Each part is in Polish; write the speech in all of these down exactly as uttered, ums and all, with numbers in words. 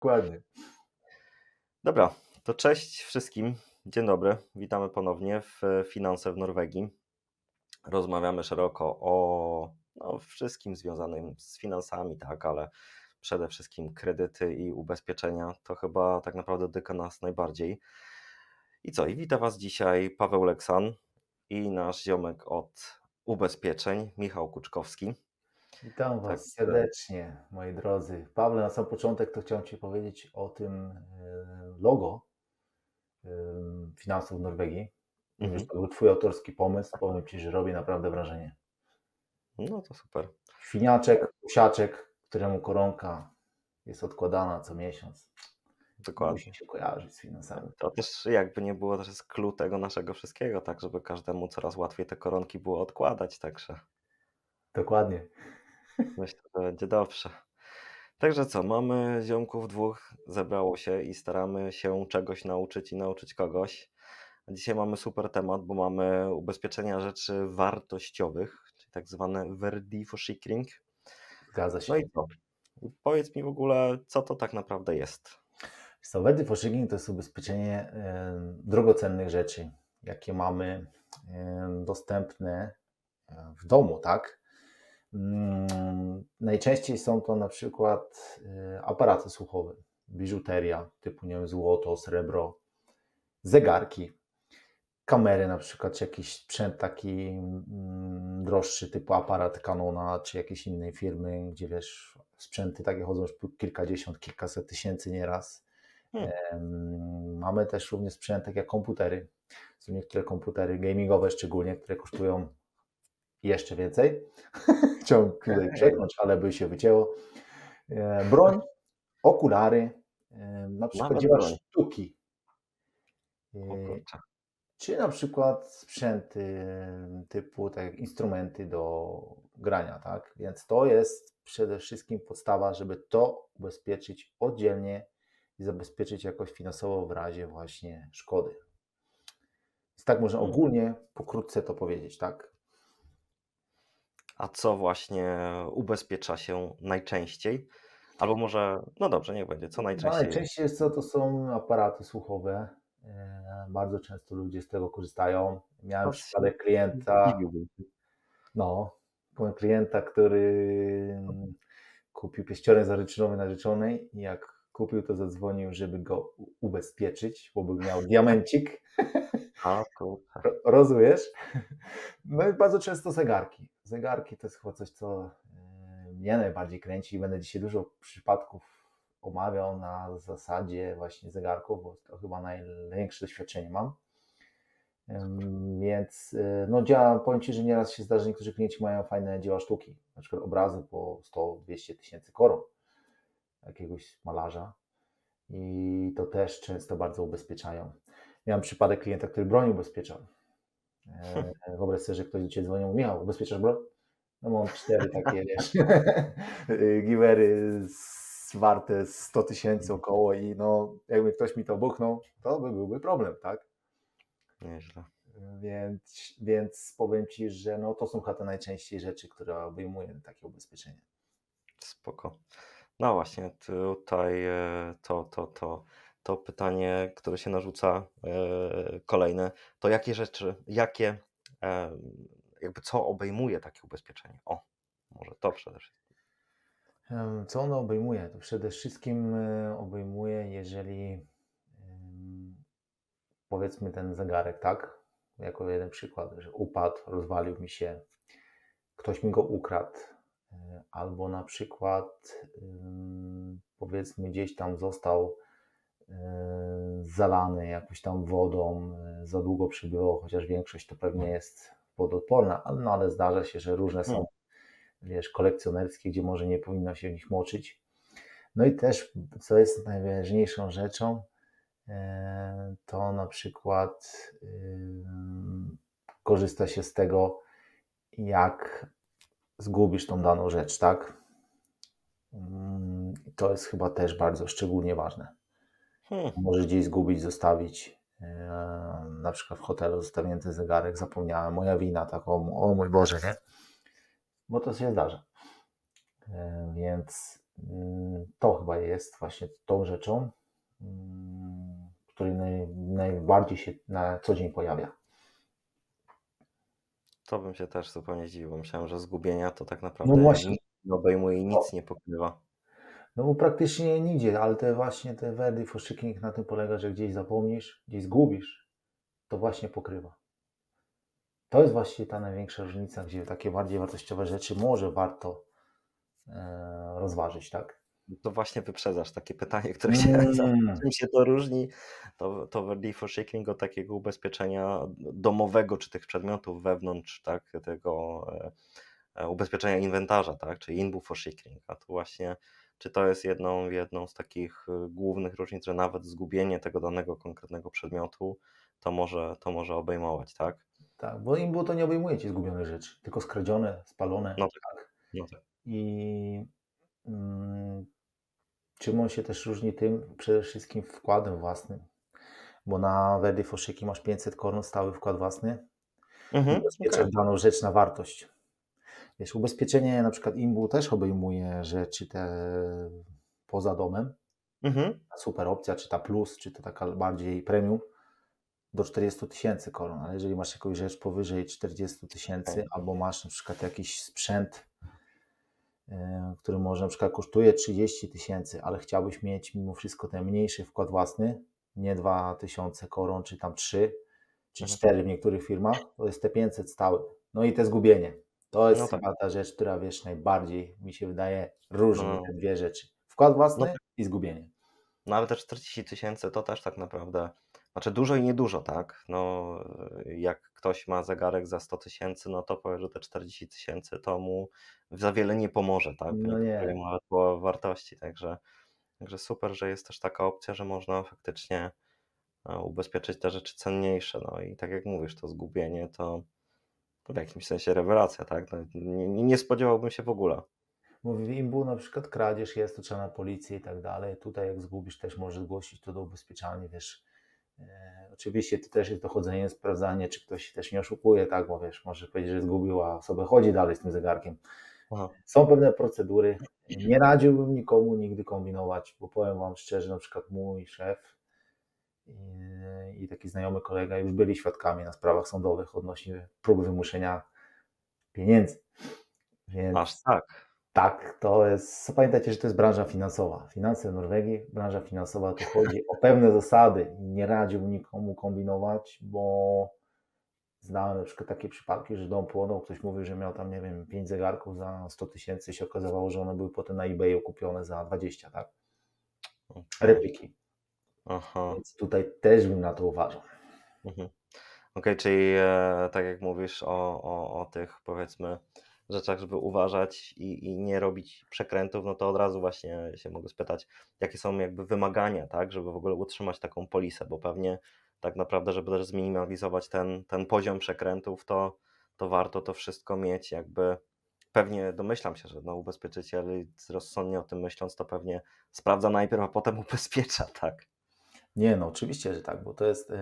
Dokładnie. Dobra, to cześć wszystkim. Dzień dobry. Witamy ponownie w Finanse w Norwegii. Rozmawiamy szeroko o no, wszystkim związanym z finansami, tak, ale przede wszystkim kredyty i ubezpieczenia. To chyba tak naprawdę dotyka nas najbardziej. I co? I witam Was dzisiaj Paweł Leksan i nasz ziomek od ubezpieczeń, Michał Kuczkowski. Witam Tak, Was serdecznie, moi drodzy. Pawle, na sam początek to chciałem Ci powiedzieć o tym e, logo e, Finansów w Norwegii. Ponieważ mhm. to był Twój autorski pomysł. Powiem Ci, że robi naprawdę wrażenie. No to super. Świniaczek, psiaczek, któremu koronka jest odkładana co miesiąc. Dokładnie. Musi się kojarzyć z finansami. To też jakby nie było, to jest clue tego naszego wszystkiego, tak żeby każdemu coraz łatwiej te koronki było odkładać, także Dokładnie. myślę, że będzie dobrze. Także co, mamy ziomków dwóch, zebrało się i staramy się czegoś nauczyć i nauczyć kogoś. A dzisiaj mamy super temat, bo mamy ubezpieczenia rzeczy wartościowych, czyli tak zwane verdiforsikring. Zgadza się. No i co? Powiedz mi w ogóle, co to tak naprawdę jest? So, verdiforsikring to jest ubezpieczenie e, drogocennych rzeczy, jakie mamy e, dostępne e, w domu, tak? Mm, najczęściej są to na przykład e, aparaty słuchowe, biżuteria typu, nie wiem, złoto, srebro, zegarki, kamery na przykład, czy jakiś sprzęt taki mm, droższy typu aparat Canona, czy jakiejś innej firmy, gdzie wiesz, sprzęty takie chodzą już po kilkadziesiąt, kilkaset tysięcy nieraz. Hmm. Em, Mamy też również sprzęt tak jak komputery. Są niektóre komputery gamingowe szczególnie, które kosztują jeszcze więcej. Chciałem tutaj przeknąć, ale by się wycięło. E, Broń, okulary, e, na przykład Nawet dzieła broń. sztuki, e, O kurczę. czy na przykład sprzęty typu tak jak instrumenty do grania, tak? Więc to jest przede wszystkim podstawa, żeby to ubezpieczyć oddzielnie i zabezpieczyć jakoś finansowo w razie właśnie szkody. Więc tak można Hmm. ogólnie, pokrótce to powiedzieć, tak? A co właśnie ubezpiecza się najczęściej? Albo może, no dobrze, niech będzie, co No, najczęściej jest? najczęściej jest co, to są aparaty słuchowe. E, Bardzo często ludzie z tego korzystają. Miałem To się przypadek klienta, zdziwiłbym. no, byłem klienta, który kupił pierścionek zaręczynowy narzeczonej i jak kupił, to zadzwonił, żeby go u- ubezpieczyć, bo by miał diamencik. A kurczę. Ro- Rozumiesz? No i bardzo często zegarki. Zegarki to jest chyba coś, co e, mnie najbardziej kręci i będę dzisiaj dużo przypadków omawiał na zasadzie właśnie zegarków, bo to chyba największe doświadczenie mam. Em, Więc e, no działa, powiem Ci, że nieraz się zdarza, że niektórzy klienci mają fajne dzieła sztuki, na przykład obrazy po sto dwieście tysięcy koron jakiegoś malarza i to też często bardzo ubezpieczają. Miałem przypadek klienta, który broń ubezpieczał. E, Wyobraź sobie, że ktoś do Ciebie dzwonił, Michał, ubezpieczasz broń? No mam cztery takie, wiesz, giwery z- warte sto tysięcy około i no jakby ktoś mi to buchnął, to by byłby problem, tak? Nieźle. Więc, więc powiem Ci, że no to są chyba te najczęściej rzeczy, które obejmuje takie ubezpieczenie. Spoko. No właśnie, tutaj e, to, to, to, to pytanie, które się narzuca, e, kolejne, to jakie rzeczy, jakie, e, jakby co obejmuje takie ubezpieczenie? O, może to przede wszystkim. Em, Co ono obejmuje? To przede wszystkim e, obejmuje, jeżeli em, powiedzmy ten zegarek, tak? Jako jeden przykład, że upadł, rozwalił mi się, ktoś mi go ukradł, e, albo na przykład em, powiedzmy gdzieś tam został e, zalany jakąś tam wodą, e, za długo przebywał, chociaż większość to pewnie jest wodoodporna, ale, no, ale zdarza się, że różne Hmm. są, wiesz, kolekcjonerskie, gdzie może nie powinno się w nich moczyć. No i też, co jest najważniejszą rzeczą, e, to na przykład ym, korzysta się z tego, jak zgubisz tą daną rzecz, tak? Ym, To jest chyba też bardzo szczególnie ważne. Hmm. Możesz gdzieś zgubić, zostawić, e, na przykład w hotelu zostawiłem ten zegarek, zapomniałem, moja wina, tak, o, o mój Boże, nie? Bo to się zdarza. E, Więc Mm, To chyba jest właśnie tą rzeczą, mm, której naj, najbardziej się na co dzień pojawia. To bym się też zupełnie zdziwił. Myślałem, że zgubienia to tak No naprawdę właśnie, nic nie obejmuje i to, nic nie pokrywa. no bo praktycznie nigdzie, ale te właśnie te verdi for checking na tym polega, że gdzieś zapomnisz, gdzieś zgubisz, to właśnie pokrywa. To jest właśnie ta największa różnica, gdzie takie bardziej wartościowe rzeczy może warto e, rozważyć, tak? To właśnie wyprzedzasz takie pytanie, które chciałem zadać. Mm, Czym się to różni, to, to verdi for checking od takiego ubezpieczenia domowego, czy tych przedmiotów wewnątrz, tak, tego e, e, ubezpieczenia inwentarza, tak, czyli inbu for checking, a tu właśnie, czy to jest jedną, jedną z takich e, głównych różnic, że nawet zgubienie tego danego konkretnego przedmiotu to może, to może obejmować, tak? tak, bo imbu to nie obejmuje ci zgubionych rzeczy, tylko skradzione, No spalone, tak, tak? no tak. I mm, czym on się też różni tym? Przede wszystkim wkładem własnym, bo na verdi for checking masz pięćset koron, stały wkład własny i Mhm, okej. ubezpieczasz daną rzecz na wartość. Wiesz, ubezpieczenie na przykład imbu też obejmuje rzeczy te poza domem, Mhm, ta super opcja, czy ta plus, czy to taka bardziej premium, do czterdzieści tysięcy koron, ale jeżeli masz jakąś rzecz powyżej czterdzieści okej. tysięcy, albo masz na przykład jakiś sprzęt, e, który może na przykład kosztuje trzydzieści tysięcy, ale chciałbyś mieć mimo wszystko ten mniejszy wkład własny, nie dwa tysiące koron, czy tam trzy, czy Mhm. cztery w niektórych firmach, to jest te pięćset stałe. No i te zgubienie. To No jest tak. chyba ta rzecz, która wiesz, najbardziej mi się wydaje różni No, te dwie rzeczy. Wkład no własny tak. i zgubienie. No ale te czterdzieści tysięcy to też tak naprawdę, znaczy dużo i niedużo, tak? No, jak ktoś ma zegarek za sto tysięcy, no to powie, że te czterdzieści tysięcy to mu za wiele nie pomoże, tak? Bo nie No pokryje nie, mu nawet połowy wartości, także, także super, że jest też taka opcja, że można faktycznie e, ubezpieczyć te rzeczy cenniejsze, no i tak jak mówisz, to zgubienie to w jakimś sensie rewelacja, tak? No, nie, nie nie spodziewałbym się w ogóle. bo w imbu na przykład kradzież jest, to trzeba na policję i tak dalej. Tutaj jak zgubisz, też możesz zgłosić to do ubezpieczalni, wiesz. E, oczywiście to też jest dochodzenie, sprawdzanie, czy ktoś się też nie oszukuje, tak, bo wiesz, może powiedzieć, że zgubił, a sobie chodzi dalej z tym zegarkiem. Aha. Są pewne procedury. Nie radziłbym nikomu nigdy kombinować, bo powiem Wam szczerze, na przykład mój szef i, i taki znajomy kolega już byli świadkami na sprawach sądowych odnośnie prób wymuszenia pieniędzy. Aż Więc tak. tak, to jest. Pamiętajcie, że to jest branża finansowa. Finanse w Norwegii, branża finansowa, tu chodzi o pewne zasady. Nie radziłbym nikomu kombinować, bo znałem na przykład takie przypadki, że dom płonął, ktoś mówił, że miał tam, nie wiem, pięć zegarków za sto tysięcy, się okazało, że one były potem na eBayu kupione za dwadzieścia, tak? Okej. Repliki. Aha. Więc tutaj też bym na to uważał. Mhm. Okej, czyli e, tak jak mówisz o, o, o tych powiedzmy rzeczach, żeby uważać i, i nie robić przekrętów, no to od razu właśnie się mogę spytać, jakie są jakby wymagania, tak, żeby w ogóle utrzymać taką polisę, bo pewnie tak naprawdę, żeby też zminimalizować ten, ten poziom przekrętów, to, to warto to wszystko mieć jakby, pewnie domyślam się, że no ubezpieczyciel rozsądnie o tym myśląc, to pewnie sprawdza najpierw, a potem ubezpiecza, tak. Nie, no oczywiście, że tak, bo to jest yy,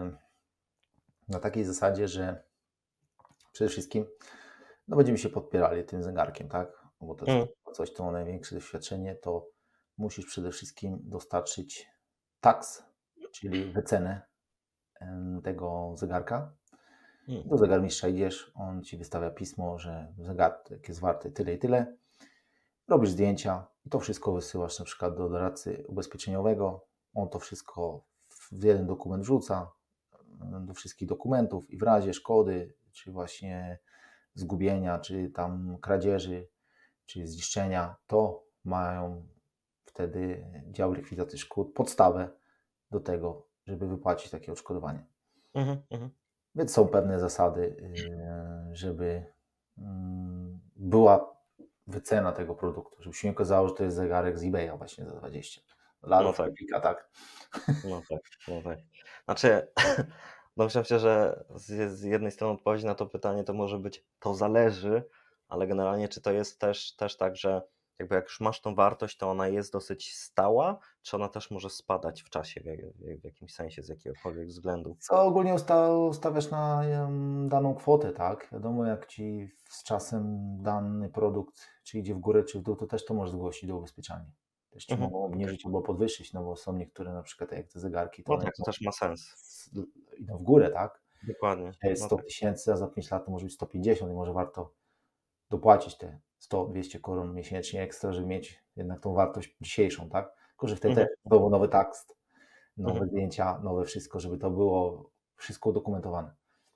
na takiej zasadzie, że przede wszystkim no będziemy się podpierali tym zegarkiem, tak? No bo to jest Mm, coś, co ma największe doświadczenie, to musisz przede wszystkim dostarczyć tax, czyli wycenę em, tego zegarka. mm, Do zegarmistrza idziesz, on ci wystawia pismo, że zegarek jest warty tyle i tyle. Robisz zdjęcia i to wszystko wysyłasz na przykład do doradcy ubezpieczeniowego. On to wszystko w jeden dokument wrzuca, em, do wszystkich dokumentów i w razie szkody, czy właśnie zgubienia, czy tam kradzieży, czy zniszczenia, to mają wtedy dział likwidacji szkód podstawę do tego, żeby wypłacić takie odszkodowanie. mhm, mhm. Więc są pewne zasady, yy, żeby mm, była wycena tego produktu, żeby się nie okazało, że to jest zegarek z eBaya właśnie za dwadzieścia No dolarów, tak. replika, tak? No tak, no tak. Znaczy, domyślam się, że z, z jednej strony odpowiedź na to pytanie to może być to zależy, ale generalnie czy to jest też, też tak, że jakby jak już masz tą wartość, to ona jest dosyć stała, czy ona też może spadać w czasie w, jak- w jakimś sensie z jakiegokolwiek względu? Co ogólnie usta ustawiasz na, em, daną kwotę, tak? Wiadomo, jak ci z czasem dany produkt czy idzie w górę, czy w dół, to też to możesz zgłosić do ubezpieczalni. Też ci Mhm. mogą Okej. obniżyć albo podwyższyć, no bo są niektóre, na przykład tak jak te zegarki, to No one tak, to idą też ma sens. s idą w górę, tak? Dokładnie. Dzisiaj jest No sto tak. tysięcy, a za pięć lat to może być sto pięćdziesiąt i może warto dopłacić te sto dwieście koron miesięcznie ekstra, żeby mieć jednak tą wartość dzisiejszą, tak? Tylko że wtedy Mhm. też znowu nowy tekst, Mhm. nowe zdjęcia, nowe wszystko, żeby to było wszystko udokumentowane.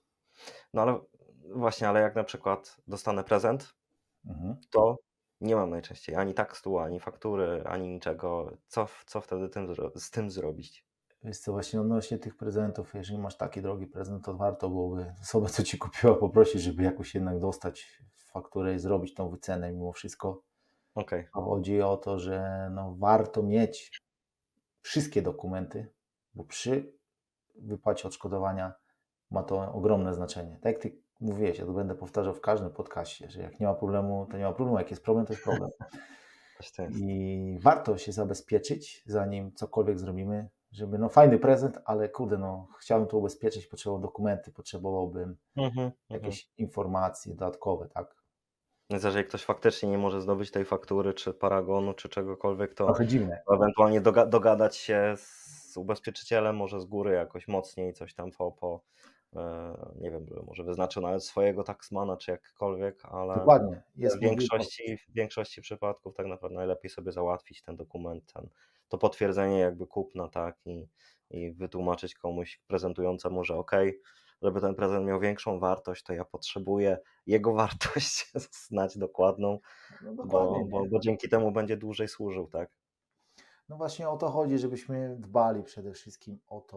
No ale właśnie, ale jak na przykład dostanę prezent, Mhm. to nie mam najczęściej ani tekstu, ani faktury, ani niczego. Co, w- co wtedy tym, zro- z tym zrobić? Wiesz co, właśnie odnośnie tych prezentów, jeżeli masz taki drogi prezent, to warto byłoby osobę, co ci kupiła, poprosić, żeby jakoś jednak dostać fakturę i zrobić tą wycenę mimo wszystko. Okej. A chodzi o to, że no warto mieć wszystkie dokumenty, bo przy wypłacie odszkodowania ma to ogromne znaczenie. Tak jak ty mówiłeś, ja to będę powtarzał w każdym podcaście, że jak nie ma problemu, to nie ma problemu, jak jest problem, to jest problem. Coś to jest. I warto się zabezpieczyć, zanim cokolwiek zrobimy, żeby, no fajny prezent, ale kurde, no chciałbym to ubezpieczyć, potrzebował dokumenty, potrzebowałbym Mhm. Mhm. jakieś informacje dodatkowe, tak? Więc jeżeli ktoś faktycznie nie może zdobyć tej faktury, czy paragonu, czy czegokolwiek, to Trochę dziwne. ewentualnie doga- dogadać się z ubezpieczycielem, może z góry jakoś mocniej, coś tam po, po e, nie wiem, może wyznaczył nawet swojego taksmana, czy jakkolwiek, ale Dokładnie. w Jest możliwość. większości, w większości przypadków tak naprawdę najlepiej sobie załatwić ten dokument, ten, to potwierdzenie jakby kupna, tak, i, i wytłumaczyć komuś prezentującemu, że okej, żeby ten prezent miał większą wartość, to ja potrzebuję jego wartość znać dokładną, No bo, dokładnie, bo, nie? bo dzięki temu będzie dłużej służył, tak? No właśnie o to chodzi, żebyśmy dbali przede wszystkim o to,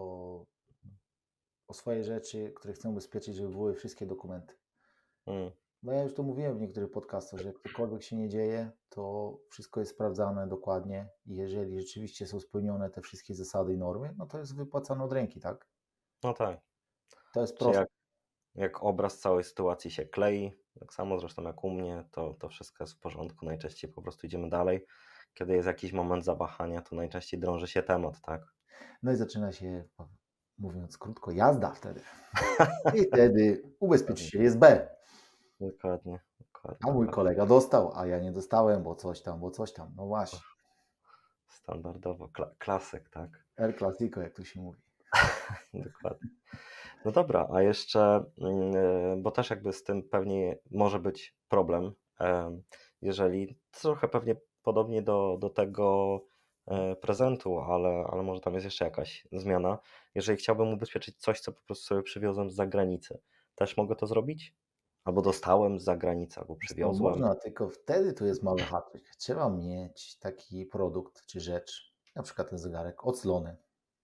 o swoje rzeczy, które chcę ubezpieczyć, żeby były wszystkie dokumenty. Mm, No ja już to mówiłem w niektórych podcastach, że jak cokolwiek się nie dzieje, to wszystko jest sprawdzane dokładnie i jeżeli rzeczywiście są spełnione te wszystkie zasady i normy, no to jest wypłacane od ręki, tak? no tak. To jest Czy proste. jak, jak obraz całej sytuacji się klei, tak samo zresztą jak u mnie, to, to wszystko jest w porządku. Najczęściej po prostu idziemy dalej. Kiedy jest jakiś moment zawahania, to najczęściej drąży się temat, tak? No i zaczyna się, mówiąc krótko, jazda wtedy. I wtedy ubezpieczyciel jest B. Dokładnie, dokładnie, A mój dokładnie. kolega dostał, a ja nie dostałem, bo coś tam, bo coś tam. No właśnie. Standardowo, kla- klasyk, tak? El Clasico, jak to się mówi. Dokładnie. No dobra, a jeszcze, mm, bo też jakby z tym pewnie może być problem, em, jeżeli trochę pewnie podobnie do, do tego e, prezentu, ale, ale może tam jest jeszcze jakaś zmiana. Jeżeli chciałbym ubezpieczyć coś, co po prostu sobie przywiozłem z zagranicy, też mogę to zrobić? Albo dostałem z zagranicy, albo To przywiozłem. można, tylko wtedy tu jest mały haczyk. Trzeba mieć taki produkt czy rzecz, na przykład ten zegarek, oclony.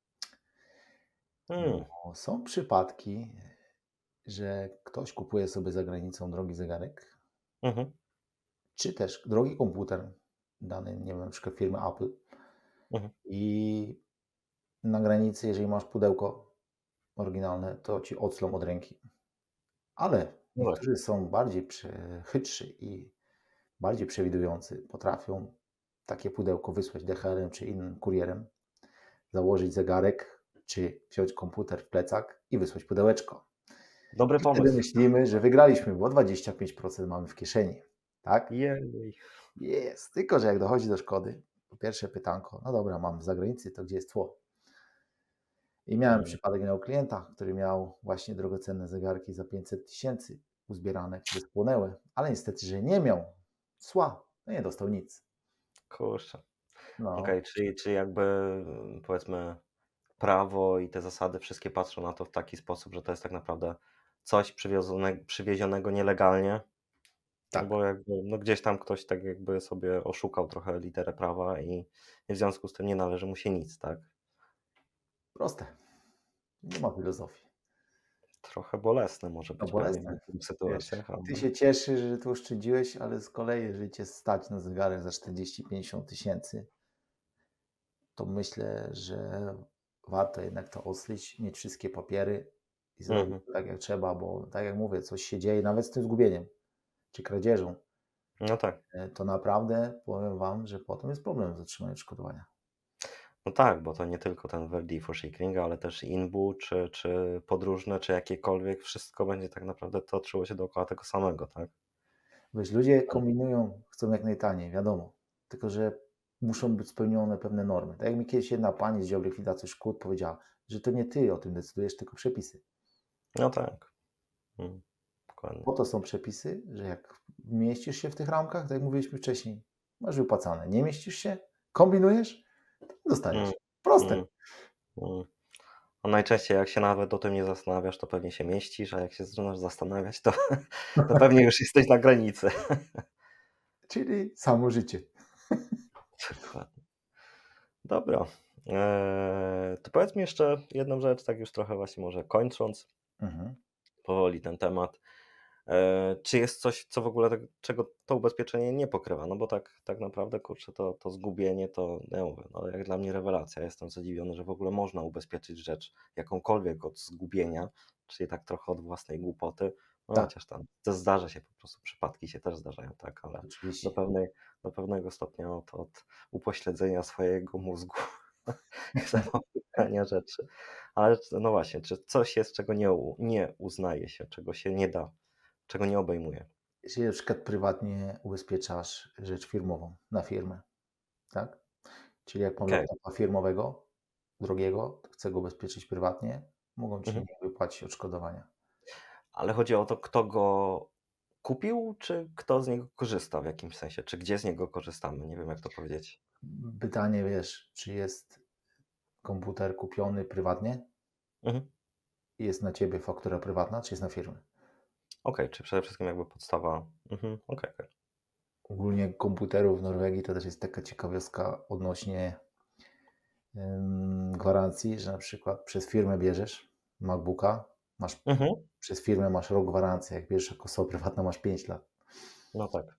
Hmm, Bo są przypadki, że ktoś kupuje sobie za granicą drogi zegarek, mhm, czy też drogi komputer dany, nie wiem, na przykład firmy Apple mhm. i na granicy, jeżeli masz pudełko oryginalne, to ci oclą od ręki. Ale No tak. niektórzy są bardziej prze- chytrzy i bardziej przewidujący. Potrafią takie pudełko wysłać D H L-em czy innym kurierem, założyć zegarek, czy wziąć komputer w plecak i wysłać pudełeczko. Dobry I wtedy pomysł. myślimy, że wygraliśmy, bo dwadzieścia pięć procent mamy w kieszeni. Tak? Jej. Jest. Tylko że jak dochodzi do szkody, po pierwsze pytanko, no dobra, mam w zagranicy, to gdzie jest tło? I miałem Hmm. przypadek miał klienta, który miał właśnie drogocenne zegarki za pięćset tysięcy uzbierane, które spłonęły, ale niestety, że nie miał cła, no nie dostał nic. Kurczę. No, Okej, czyli, czyli jakby mm, powiedzmy prawo i te zasady wszystkie patrzą na to w taki sposób, że to jest tak naprawdę coś przywiezione, przywiezionego nielegalnie, no tak, bo jakby, no gdzieś tam ktoś tak jakby sobie oszukał trochę literę prawa i, i w związku z tym nie należy mu się nic, tak? proste. Nie ma filozofii. Trochę bolesne może No być pewnie w bolesne. niektórych Wiesz, sytuacjach, ale ty się cieszysz, że tu oszczędziłeś, ale z kolei, jeżeli cię stać na zegarek za czterdzieści pięćdziesiąt tysięcy, to myślę, że warto jednak to oslić, mieć wszystkie papiery i zrobić mhm, to tak jak trzeba, bo tak jak mówię, coś się dzieje, nawet z tym zgubieniem czy kradzieżą. No tak. e, to naprawdę powiem Wam, że potem jest problem z otrzymaniem odszkodowania. No tak, bo to nie tylko ten Verdi for Shakering, ale też Inbu, czy, czy podróżne, czy jakiekolwiek, wszystko będzie tak naprawdę toczyło się dookoła tego samego, tak? Wiesz, ludzie kombinują, chcą jak najtaniej, wiadomo, tylko że muszą być spełnione pewne normy. Tak jak mi kiedyś jedna pani z działu likwidacji szkód powiedziała, że to nie Ty o tym decydujesz, tylko przepisy. No tak. Mm, dokładnie. Po to są przepisy, że jak mieścisz się w tych ramkach, tak jak mówiliśmy wcześniej, masz wypłacane. Nie mieścisz się, kombinujesz, to Mm, dostajesz. Proste. mm, mm. A najczęściej jak się nawet o tym nie zastanawiasz, to pewnie się mieścisz, a jak się zaczynasz zastanawiać, to, to pewnie już jesteś na granicy. Czyli samo życie. Dokładnie. Dobra. Eee, to powiedz mi jeszcze jedną rzecz, tak już trochę właśnie może kończąc Mhm. powoli ten temat. Eee, czy jest coś, co w ogóle, tak, czego to ubezpieczenie nie pokrywa? No bo tak, tak naprawdę, kurczę, to, to zgubienie to, no ja mówię, no jak dla mnie rewelacja. Jestem zadziwiony, że w ogóle można ubezpieczyć rzecz jakąkolwiek od zgubienia, czyli tak trochę od własnej głupoty. No Tak, chociaż tam to zdarza się po prostu, przypadki się też zdarzają, tak, ale do, oczywiście. pewnej, do pewnego stopnia od, od upośledzenia swojego mózgu, zamykania rzeczy. Ale no właśnie, czy coś jest, czego nie, u- nie uznaje się, czego się nie da, czego nie obejmuje? Jeśli na przykład prywatnie ubezpieczasz rzecz firmową na firmę, tak? Czyli jak mam Okej. laptopa firmowego, drogiego, to chcę go ubezpieczyć prywatnie, mogą Ci Mhm. nie wypłacić odszkodowania. Ale chodzi o to, kto go kupił, czy kto z niego korzysta w jakimś sensie, czy gdzie z niego korzystamy? Nie wiem, jak to powiedzieć. Pytanie, wiesz, czy jest komputer kupiony prywatnie Mhm. i jest na Ciebie faktura prywatna, czy jest na firmę? Okej, czy przede wszystkim jakby podstawa. Mhm. Okej, okej. Ogólnie komputerów w Norwegii to też jest taka ciekawostka odnośnie ym, gwarancji, że na przykład przez firmę bierzesz MacBooka, masz, Mhm. przez firmę masz rok gwarancji, jak bierzesz jako osoba prywatna masz pięć lat. No tak.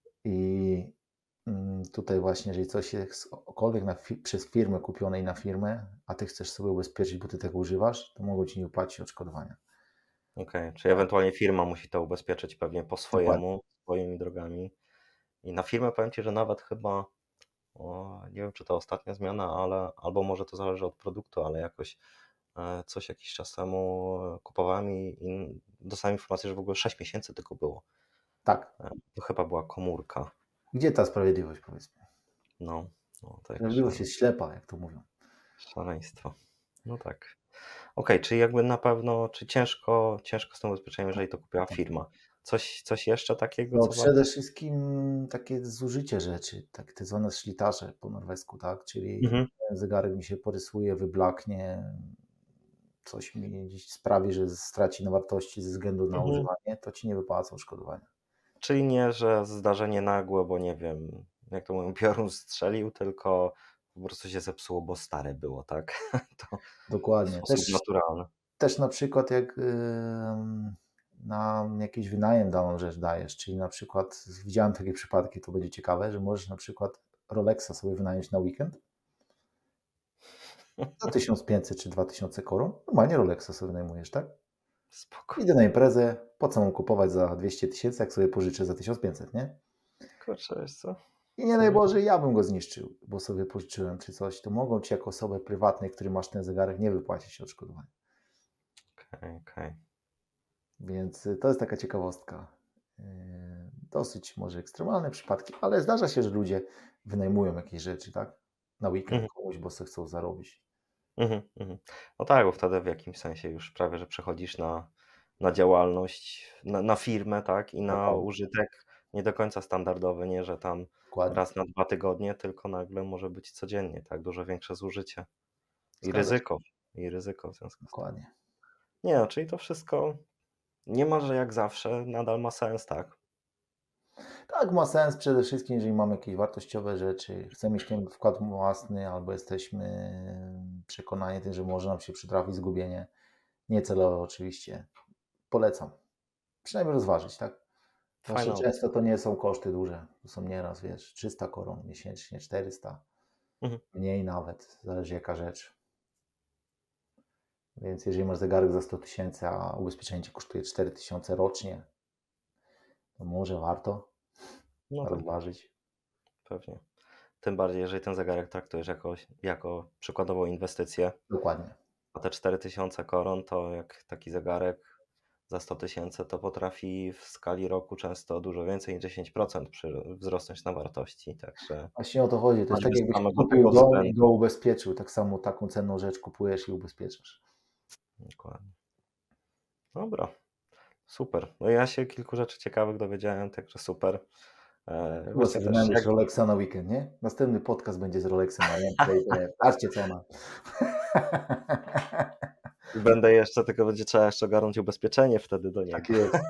I mm, tutaj właśnie, jeżeli coś jest cokolwiek na fi- przez firmę kupionej na firmę, a Ty chcesz sobie ubezpieczyć, bo Ty tego używasz, to mogą Ci nie płacić odszkodowania. Okej, czyli ewentualnie firma musi to ubezpieczyć pewnie po Dokładnie. swojemu, swoimi drogami. I na firmę powiem Ci, że nawet chyba, o, nie wiem, czy to ostatnia zmiana, ale albo może to zależy od produktu, ale jakoś e, coś jakiś czas temu e, kupowałem i, i dostałem informację, że w ogóle sześć miesięcy tylko było. Tak. E, To chyba była komórka. Gdzie ta sprawiedliwość, powiedzmy? No, no Sprawiedliwość także jest ślepa, jak to mówią. szaleństwo. No tak. Okej, czyli jakby na pewno, czy ciężko, ciężko z tym ubezpieczeniem, jeżeli to kupiła Tak. firma. Coś, coś jeszcze takiego, No co warto? przede wszystkim takie zużycie rzeczy, tak tak zwane szlitarze po norwesku, tak? Czyli Mhm, zegarek mi się porysuje, wyblaknie, coś mi gdzieś sprawi, że straci na wartości ze względu na mhm. używanie, to Ci nie wypłacą odszkodowania. Czyli nie, że zdarzenie nagłe, bo nie wiem, jak to mówią, piorun strzelił, tylko po prostu się zepsuło, bo stare było, tak? To w Dokładnie. sposób Też naturalny. Też na przykład jak ym, na jakiś wynajem daną rzecz dajesz, czyli na przykład widziałem takie przypadki, to będzie ciekawe, że możesz na przykład Rolexa sobie wynająć na weekend za tysiąc pięćset czy dwa tysiące koron. Normalnie Rolexa sobie wynajmujesz, tak? Spoko. Idę na imprezę, po co mam kupować za dwieście tysięcy, jak sobie pożyczę za tysiąc pięćset, nie? Kurczę, wiesz co? I nie daj Mhm. Boże, ja bym go zniszczył, bo sobie pożyczyłem czy coś, to mogą Ci jako osobę prywatnej, który masz ten zegarek, nie wypłacić odszkodowania. Okej, okej. Więc y, to jest taka ciekawostka. Yy, Dosyć może ekstremalne przypadki, ale zdarza się, że ludzie wynajmują jakieś rzeczy, tak? Na weekend Mhm, komuś, bo sobie chcą zarobić. mhm, mhm. No tak, bo wtedy w jakimś sensie już prawie, że przechodzisz na, na działalność, na, na firmę, tak? I na Dokładnie, użytek nie do końca standardowy, nie, że tam dokładnie. raz na dwa tygodnie, tylko nagle może być codziennie, tak? Dużo większe zużycie i Zgadza się, ryzyko, i ryzyko w związku z tym. dokładnie. Nie, no, czyli to wszystko niemalże jak zawsze nadal ma sens, tak? Tak, ma sens przede wszystkim, jeżeli mamy jakieś wartościowe rzeczy, chcemy mieć ten wkład własny, albo jesteśmy przekonani tym, że może nam się przytrafić zgubienie. Niecelowe oczywiście. Polecam. Przynajmniej rozważyć, tak? Zwłaszcza Fajna często opcja. to nie są koszty duże. To są nieraz, wiesz, trzysta koron miesięcznie, czterysta. Mhm. Mniej nawet, zależy jaka rzecz. Więc jeżeli masz zegarek za sto tysięcy, a ubezpieczenie Ci kosztuje cztery tysiące rocznie, to może warto. No tak, rozważyć. pewnie. Tym bardziej, jeżeli ten zegarek traktujesz jako, jako przykładową inwestycję, Dokładnie. a te cztery tysiące koron to jak taki zegarek za sto tysięcy to potrafi w skali roku często dużo więcej niż dziesięć procent przy, wzrosnąć na wartości, także Właśnie o to chodzi. To jest tak, choćby z jakbyś samego kupił tego dom i względu. go ubezpieczył. Tak samo taką cenną rzecz kupujesz i ubezpieczasz. Dokładnie. Dobra, super. No ja się kilku rzeczy ciekawych dowiedziałem, także super. E, Chyba Wy sobie też. wynajmiesz Jak Rolexa na weekend, nie? Następny podcast będzie z Rolexem na ręce i powiem, patrzcie co ma. będę jeszcze, tylko będzie trzeba jeszcze ogarnąć ubezpieczenie wtedy do niego. Tak jest.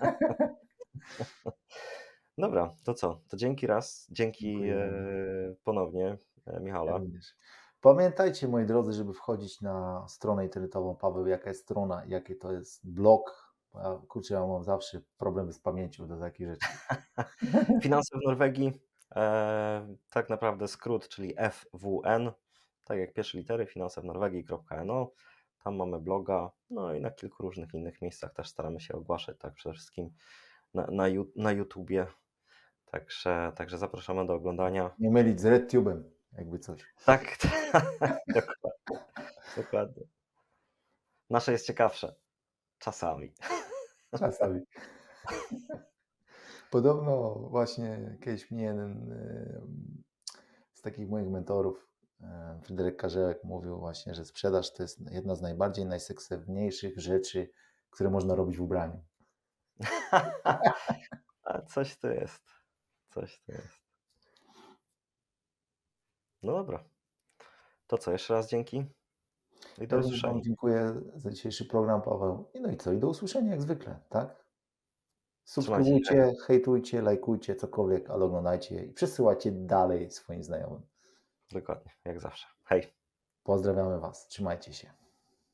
Dobra, to co? To dzięki raz, dzięki Dziękuję e, bardzo. ponownie e, Ja Michała. również. Pamiętajcie, moi drodzy, żeby wchodzić na stronę internetową. Paweł, jaka jest strona, jaki to jest blog. Bo ja, kurczę, ja mam zawsze problemy z pamięcią do takich rzeczy. Finanse w Norwegii, e, tak naprawdę skrót, czyli F W N, tak jak pierwsze litery, finanse w Norwegii.no. Tam mamy bloga, no i na kilku różnych innych miejscach też staramy się ogłaszać, tak przede wszystkim na, na, Ju- na YouTubie. Także, także zapraszamy do oglądania. Nie mylić z RedTube'em, jakby coś. Tak, dokładnie, dokładnie. Nasze jest ciekawsze. Czasami. Czasami. Podobno właśnie kiedyś mnie jeden e, z takich moich mentorów, e, Fryderyk Karzełek, mówił właśnie, że sprzedaż to jest jedna z najbardziej najseksowniejszych rzeczy, które można robić w ubraniu. A coś tu jest. Coś tu jest. No dobra. To co, jeszcze raz dzięki i do Ja również usłyszenia. Wam dziękuję za dzisiejszy program, Paweł. I no i co? I do usłyszenia jak zwykle, tak? Trzymajcie się. Subskrybujcie, hejtujcie, lajkujcie, cokolwiek, ale oglądajcie i przesyłajcie dalej swoim znajomym. Dokładnie, jak zawsze. Hej. Pozdrawiamy Was. Trzymajcie się.